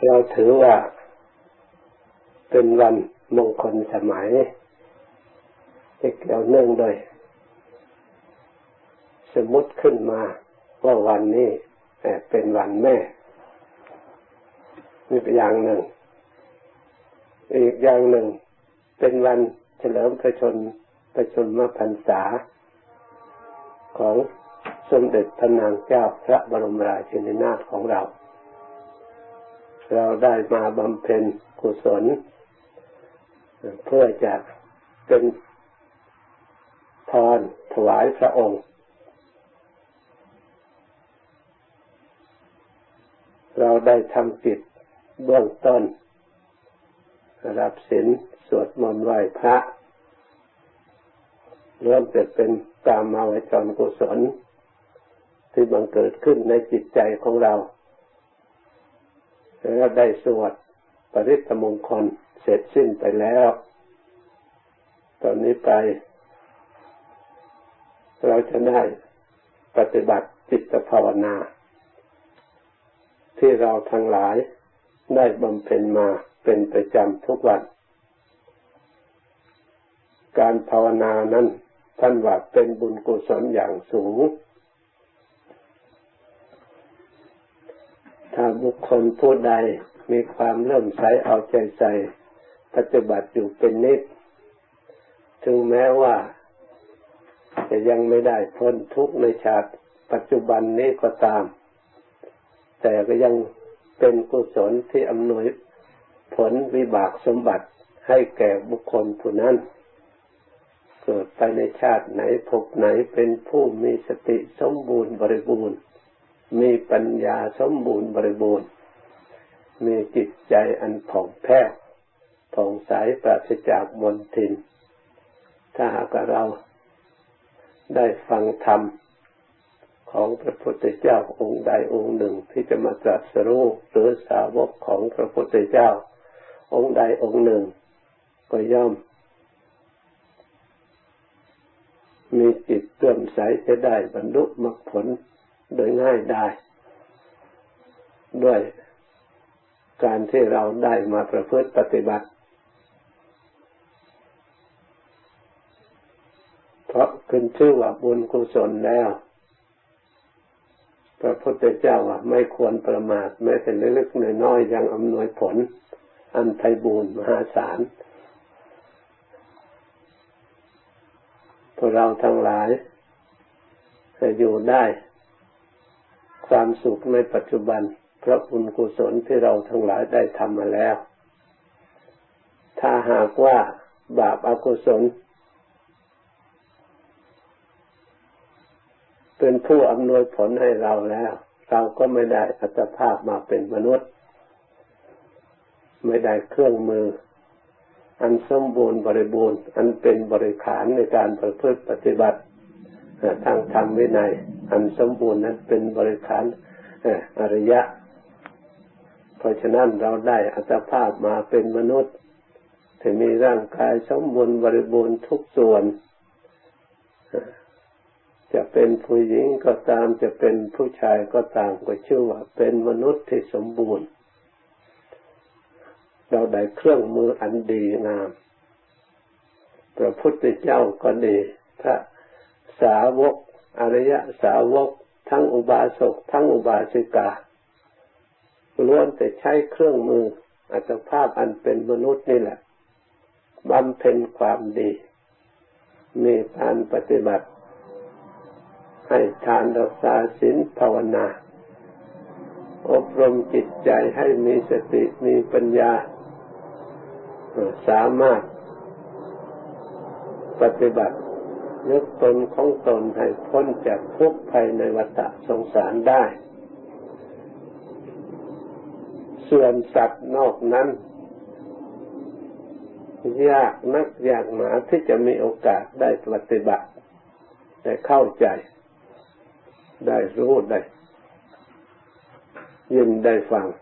เราถือว่าเป็นวันมงคลสมัยที่เกี่ยวเนื่องโดยสมมติขึ้นมาว่าวันนี้เป็นวันแม่นี่เป็นอย่างหนึ่งอีกอย่างหนึ่งเป็นวันเฉลิมพระชนมพรรษาของสมเด็จพระนางเจ้าพระบรมราชินีนาถของเราได้มาบำเพ็ญกุศลเพื่อจะเป็นพรถวายพระองค์เราได้ทำกิจเบื้องต้นรับศีลสวดมนต์ไหว้พระเริ่มจะเป็นกามาวจรกุศลที่บังเกิดขึ้นในจิตใจของเราแล้วได้สวดปริตตมงคลเสร็จสิ้นไปแล้วตอนนี้ไปเราจะได้ปฏิบัติจิตภาวนาที่เราทั้งหลายได้บำเพ็ญมาเป็นประจำทุกวันการภาวนานั้นท่านว่าเป็นบุญกุศลอย่างสูงถ้าบุคคลผู้ใดมีความเลื่อมใสเอาใจใส่ปฏิบัติอยู่เป็นนิจถึงแม้ว่าจะยังไม่ได้พ้นทุกข์ในชาติปัจจุบันนี้ก็ตามแต่ก็ยังเป็นกุศลที่อำนวยผลวิบากสมบัติให้แก่บุคคลผู้นั้นเกิดไปในชาติไหนภพไหนเป็นผู้มีสติสมบูรณ์บริบูรณ์มีปัญญาสมบูรณ์บริบูรณ์มีจิตใจอันผ่องแผ้วผ่องใสปราศจากมลทินถ้าหากเราได้ฟังธรรมของพระพุทธเจ้าองค์ใดองค์หนึ่งที่จะมาตรัสรู้หรือสาวกของพระพุทธเจ้าองค์ใดองค์หนึ่งก็ย่อมมีจิตเลื่อมใสจะได้บรรลุมรรคผลโดยง่ายได้ด้วยการที่เราได้มาประพฤติปฏิบัติเพราะขึ้นชื่อว่าบุญกุศลแล้วพระพุทธเจ้าว่าไม่ควรประมาทแม้แต่เล็กๆน้อยๆยังอำนวยผลอันไพบูลย์มหาศาลพวกเราทั้งหลายจะอยู่ได้ความสุขในปัจจุบันเพราะบุญกุศลที่เราทั้งหลายได้ทำมาแล้วถ้าหากว่าบาปอกุศลเป็นผู้อำนวยผลให้เราแล้วเราก็ไม่ได้อัตภาพมาเป็นมนุษย์ไม่ได้เครื่องมืออันสมบูรณ์บริบูรณ์อันเป็นบริขารในการประพฤติปฏิบัติทางธรรมวินัยอันสมบูรณ์นั้นเป็นบริขารอริยะเพราะฉะนั้นเราได้อัตภาพมาเป็นมนุษย์ที่มีร่างกายสมบูรณ์บริบูรณ์ทุกส่วนจะเป็นผู้หญิงก็ตามจะเป็นผู้ชายก็ตามก็ชื่อว่าเป็นมนุษย์ที่สมบูรณ์เราได้เครื่องมืออันดีงามพระพุทธเจ้าก็ดีพระสาวกอริยสาวกทั้งอุบาสกทั้งอุบาสิกาล้วนแต่ใช้เครื่องมืออัตภาพอันเป็นมนุษย์นี่แหละบำเพ็ญความดีมีการปฏิบัติให้ทานรักษาศีลภาวนาอบรมจิตใจให้มีสติมีปัญญาสามารถปฏิบัติยกตนของตนให้พ้นจากทุกข์ภายในวัฏสงสารได้ส่วนสัตว์นอกนั้นยากนักยากหนาที่จะมีโอกาสได้ปฏิบัติได้เข้าใจได้รู้ได้ยินได้ฟัง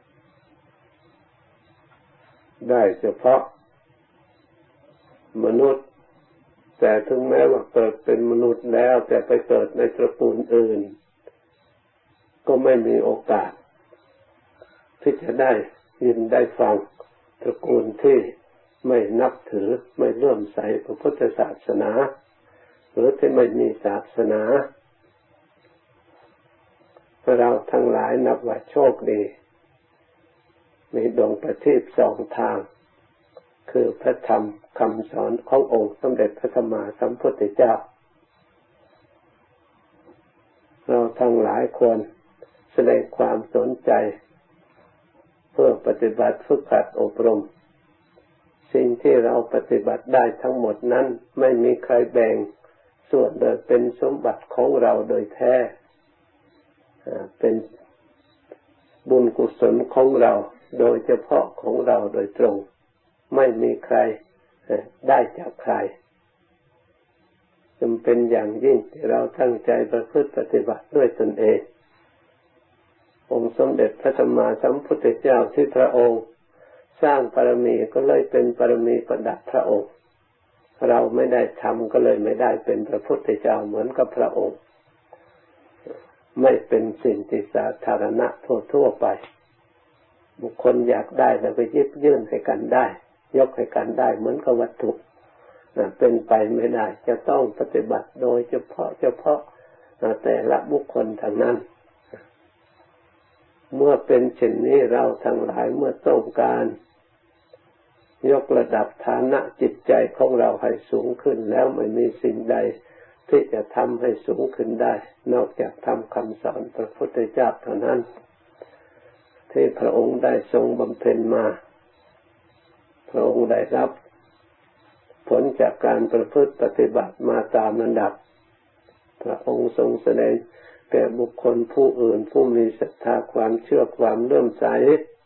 ได้เฉพาะมนุษย์แต่ถึงแม้ว่าเกิดเป็นมนุษย์แล้วแต่ไปเกิดในตระกูลอื่นก็ไม่มีโอกาสที่จะได้ยินได้ฟังตระกูลที่ไม่นับถือไม่เลื่อมใสพระพุทธศาสนาหรือที่ไม่มีศาสนาเราทั้งหลายนับว่าโชคดีมีดวงประทีปสองทางคือพระธรรมคำสอนขององค์สมเด็จพระสัมมาสัมพุทธเจ้าเราทั้งหลายควรแสดงความสนใจเพื่อปฏิบัติฝึกหัดอบรมสิ่งที่เราปฏิบัติได้ทั้งหมดนั้นไม่มีใครแบ่งส่วนโดยเป็นสมบัติของเราโดยแท้เป็นบุญกุศลของเราโดยเฉพาะของเราโดยตรงไม่มีใครได้จากใครจำเป็นอย่างยิ่งที่เราตั้งใจประพฤติปฏิบัติด้วยตนเององค์สมเด็จพระสัมมาสัมพุทธเจ้าที่พระองค์สร้างบารมีก็เลยเป็นบารมีประดับพระองค์เราไม่ได้ทำก็เลยไม่ได้เป็นพระพุทธเจ้าเหมือนกับพระองค์ไม่เป็นสิ่งที่สาธารณะทั่วไปบุคคลอยากได้แล้วไปหยิบยื่นให้กันได้ยกให้กันได้เหมือนกับวัตถุเป็นไปไม่ได้จะต้องปฏิบัติโดยเฉพาะแต่ละบุคคลทางนั้นเมื่อเป็นเช่นนี้เราทั้งหลายเมื่อต้องการยกระดับฐานะจิตใจของเราให้สูงขึ้นแล้วไม่มีสิ่งใดที่จะทำให้สูงขึ้นได้นอกจากทำคำสอนพระพุทธเจ้าเท่านั้นที่พระองค์ได้ทรงบำเพ็ญมาพระองค์ได้รับผลจากการประพฤติปฏิบัติมาตามลำดับพระองค์ทรงแสดงแก่บุคคลผู้อื่นผู้มีศรัทธาความเชื่อความเลื่อมใส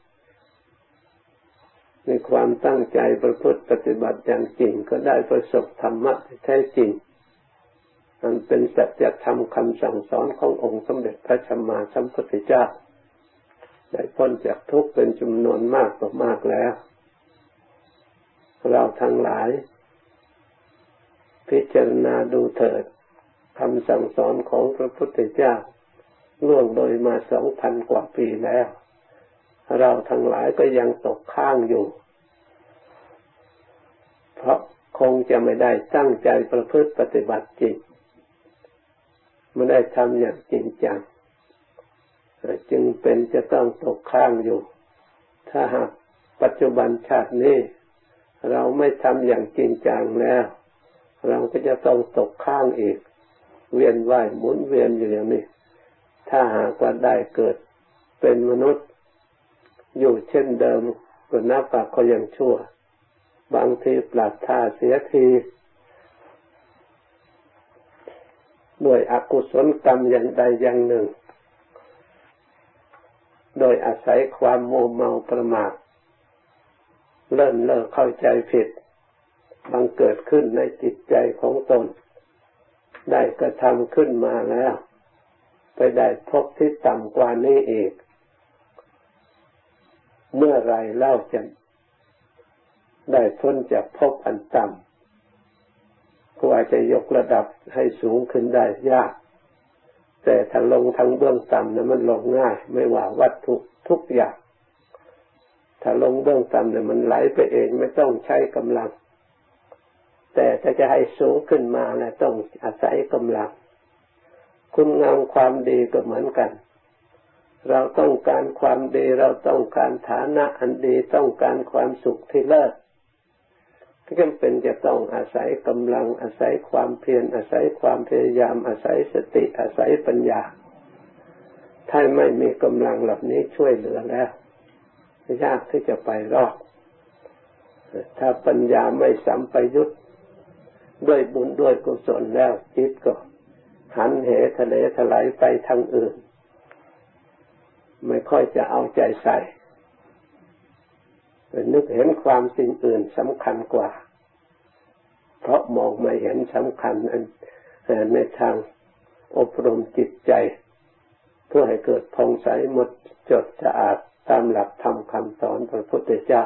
มีความตั้งใจประพฤติปฏิบัติอย่างจริงก็ได้ประสบธรรมะที่แท้จริงอันเป็นสัจธรรมคำสั่งสอนขององค์สมเด็จพระสัมมาสัมพุทธเจ้าได้พ้นจากทุกข์เป็นจำนวนมากต่อมากแล้วเราทั้งหลายพิจารณาดูเถิดคำสั่งสอนของพระพุทธเจ้าล่วงโดยมา 2,000 กว่าปีแล้วเราทั้งหลายก็ยังตกข้างอยู่เพราะคงจะไม่ได้ตั้งใจประพฤติปฏิบัติจริงไม่ได้ทำอย่างจริงจังจึงเป็นจะต้องตกข้างอยู่ถ้าหากปัจจุบันชาตินี้เราไม่ทำอย่างจริงจังแล้วเราก็จะต้องตกข้างอีกเวียนว่ายหมุนเวียนอยู่อย่างนี้ถ้าหากว่าได้เกิดเป็นมนุษย์อยู่เช่นเดิมก็นับว่าก็ยังชั่วบางทีพลาดท่าเสียทีด้วยอกุศลกรรมอย่างใดอย่างหนึ่งโดยอาศัยความโมเมาประมาทเลิ่นเล่อเข้าใจผิดบังเกิดขึ้นในจิตใจของตนได้กระทำขึ้นมาแล้วไปได้พบที่ต่ำกว่านี้อีกเมื่อไรเล่าจะได้พ้นจากภพอันต่ำกว่าจะยกระดับให้สูงขึ้นได้ยากแต่ถ้าลงทางเบื้องต่ำนั้นมันลงง่ายไม่ว่าวัตถุทุกอย่างถ้าลงเบื้องต่ำเนี่ยมันไหลไปเองไม่ต้องใช้กำลังแต่ถ้าจะให้สูงขึ้นมาแล้วต้องอาศัยกำลังคุณงามความดีก็เหมือนกันเราต้องการความดีเราต้องการฐานะอันดีต้องการความสุขที่เลิศก็จำเป็นจะต้องอาศัยกำลังอาศัยความเพียรอาศัยความพยายามอาศัยสติอาศัยปัญญาถ้าไม่มีกำลังเหล่านี้ช่วยเหลือแล้วยากที่จะไปรอดถ้าปัญญาไม่สัมปยุตด้วยบุญด้วยกุศลแล้วจิตก็หันเหทะเลถลายไปทางอื่นไม่ค่อยจะเอาใจใส่นึกเห็นความสิ่งอื่นสำคัญกว่าเพราะมองไม่เห็นสำคัญในทางอบรมจิตใจเพื่อให้เกิดผ่องใสหมดจดสะอาดตามหลักธรรมคำสอนพระพุทธเจ้า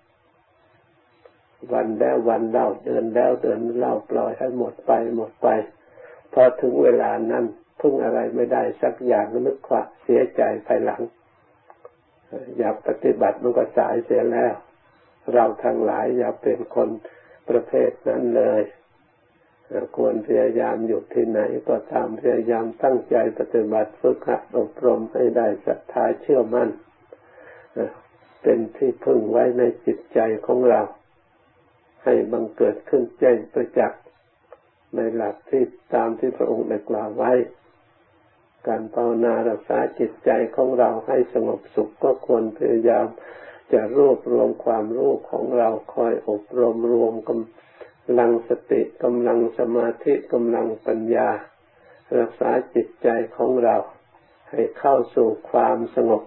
วันแล้ววันเล่าเดินแล้วเดินเล่าปล่อยให้หมดไปพอถึงเวลานั้นพึ่งอะไรไม่ได้สักอย่างนึกว่าเสียใจภายหลังอยากปฏิบัติมันก็สายเสียแล้วเราทั้งหลายอย่าเป็นคนประเภทนั้นเลยควรพยายามอยู่ที่ไหนก็ตามพยายามตั้งใจปฏิบัติฝึกหัดอบรมให้ได้ศรัทธาเชื่อมั่นเป็นที่พึ่งไว้ในจิตใจของเราให้บังเกิดขึ้นแจ้งประจักษ์ในหลักที่ตามที่พระองค์ได้กล่าวไว้การภาวนารักษาจิตใจของเราให้สงบสุขก็ควรพยายามจะรวบรวมความรู้ของเราคอยอบรมรวมกำลังสติกำลังสมาธิกำลังปัญญารักษาจิตใจของเราให้เข้าสู่ความสงบ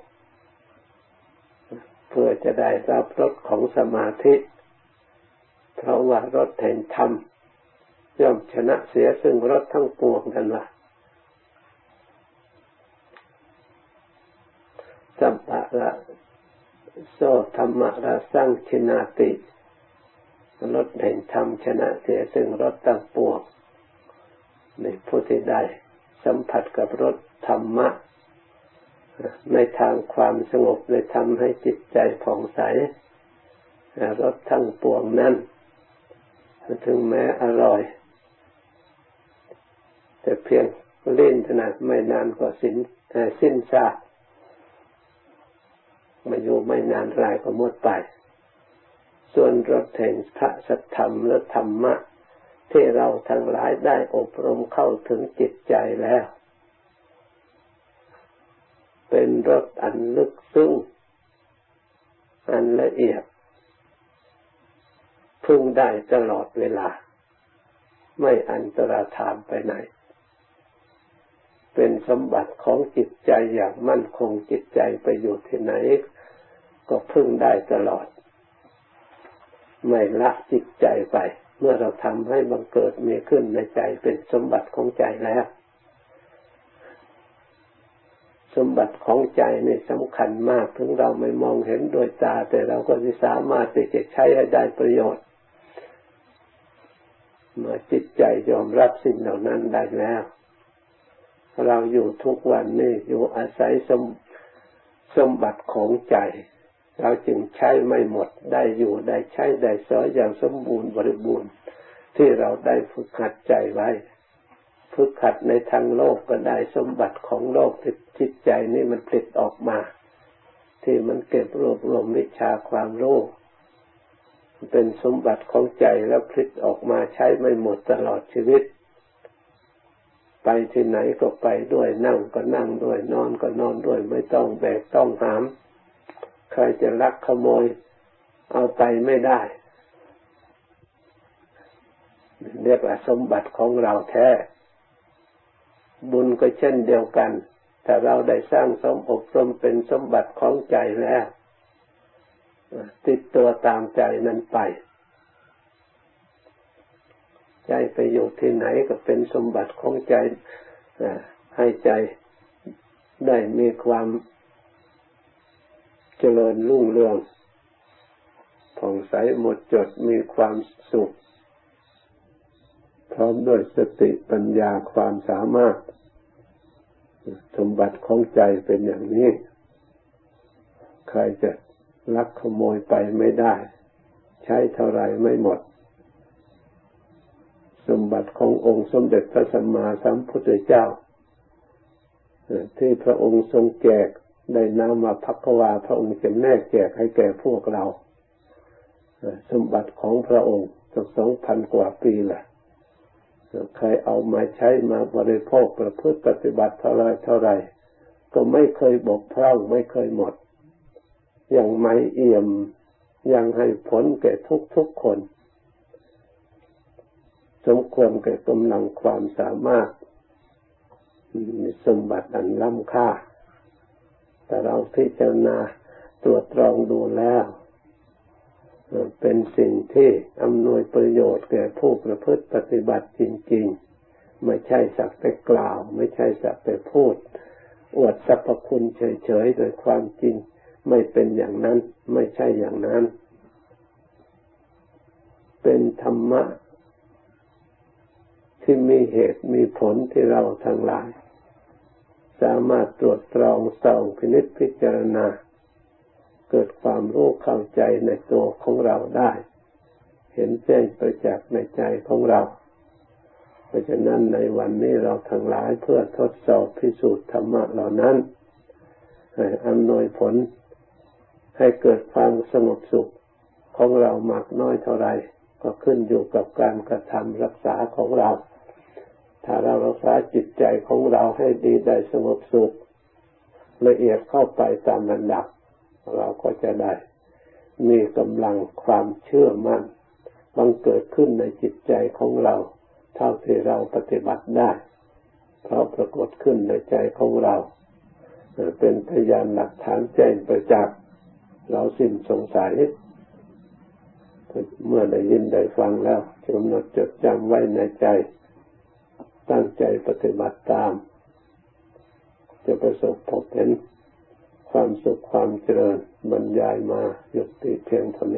เพื่อจะได้รับรสของสมาธิเพราะว่ารสแห่งธรรมย่อมชนะเสียซึ่งรสทั้งปวงนั่นล่ะสัมปะระโสธรรมะระสังชินาติรสแห่งธรรมชนะเสียซึ่งรสทั้งปวงในผู้ที่ได้สัมผัสกับรสธรรมะในทางความสงบในทำให้จิตใจผ่องใสรสทั้งปวงนั้นถึงแม้อร่อยแต่เพียงลิ้นเท่านั้นไม่นานก็สิ้นซากไม่อยู่ไม่นานรายก็หมดไปส่วนรสแห่งพระสัทธรรมและธรรมะที่เราทั้งหลายได้อบรมเข้าถึงจิตใจแล้วเป็นรสอันลึกซึ้งอันละเอียดพึงได้ตลอดเวลาไม่อันตรธานไปไหนเป็นสมบัติของจิตใจอย่างมั่นคงจิตใจไปอยู่ที่ไหนก็พึ่งได้ตลอดไม่ละจิตใจไปเมื่อเราทำให้บังเกิดมีขึ้นในใจเป็นสมบัติของใจแล้วสมบัติของใจนี่สำคัญมากถึงเราไม่มองเห็นโดยตาแต่เราก็สามารถที่จะใช้ให้ได้ประโยชน์เมื่อจิตใจยอมรับสิ่งเหล่านั้นได้แล้วเราอยู่ทุกวันนี้อยู่อาศัยสมบัติของใจเราจึงใช้ไม่หมดได้อยู่ได้ใช้ได้สอยอย่างสมบูรณ์บริบูรณ์ที่เราได้ฝึกหัดใจไว้ฝึกหัดในทางโลกก็ได้สมบัติของโลกที่จิตใจนี่มันผลิตออกมาที่มันเก็บรวบรวมวิชาความรู้เป็นสมบัติของใจแล้วผลิตออกมาใช้ไม่หมดตลอดชีวิตไปที่ไหนก็ไปด้วยนั่งก็นั่งด้วยนอนก็นอนด้วยไม่ต้องแบกต้องหามใครจะลักขโมยเอาไปไม่ได้เรียกว่าสมบัติของเราแท้บุญก็เช่นเดียวกันถ้าเราได้สร้างสมอบรมเป็นสมบัติของใจแล้วติดตัวตามใจนั้นไปใจไปอยู่ที่ไหนก็เป็นสมบัติของใจให้ใจได้มีความเจริญรุ่งเรืองผ่องใสหมดจดมีความสุขพร้อมด้วยสติปัญญาความสามารถสมบัติของใจเป็นอย่างนี้ใครจะลักขโมยไปไม่ได้ใช้เท่าไรไม่หมดสมบัติขององค์สมเด็จพระสัมมาสัมพุทธเจ้าที่พระองค์ทรงแจกได้นามว่าภัควาพระองค์จะแนกแจกให้แก่พวกเราสมบัติของพระองค์สัก 2,000 กว่าปีแหละใครเอามาใช้มาบริโภคประพฤติปฏิบัติเท่าไรก็ไม่เคยบกพร่องไม่เคยหมดยังไม่เอี่ยมยังให้ผลแก่ทุกคนสมควรแก่กำลังความสามารถมีสมบัติอันล้ำค่าแต่เราพิจารณาตรวจตรองดูแล้วเป็นสิ่งที่อำนวยประโยชน์แก่ผู้ประพฤติปฏิบัติจริงๆไม่ใช่สักแต่กล่าวไม่ใช่สักแต่พูดอวดสรรพคุณเฉยๆโดยความจริงไม่เป็นอย่างนั้นไม่ใช่อย่างนั้นเป็นธรรมะที่มีเหตุมีผลที่เราทั้งหลายสามารถตรวจตรองส่องพินิจพิจารณาเกิดความรู้เข้าใจในตัวของเราได้เห็นแจ้งประจักษ์ในใจของเราเพราะฉะนั้นในวันนี้เราทั้งหลายเพื่อทดสอบพิสูจน์ธรรมะเหล่านั้นให้อำนวยผลให้เกิดความสงบสุขของเรามากน้อยเท่าไรก็ขึ้นอยู่กับการกระทำรักษาของเราถ้าเรารักษาจิตใจของเราให้ดีได้สงบสุขละเอียดเข้าไปตามลำดับเราก็จะได้มีกำลังความเชื่อมั่นบังเกิดขึ้นในจิตใจของเราเท่าที่เราปฏิบัติได้เพราะปรากฏขึ้นในใจของเราเป็นพยานหลักฐานแจ้งประจักษ์เราสิ้นสงสัยเมื่อได้ยินได้ฟังแล้วกำหนดจดจำไว้ในใจตั้งใจปฏิบัติตามจะประสบพบเห็นความสุขความเจริญบรรยายมายุติเพียงเท่า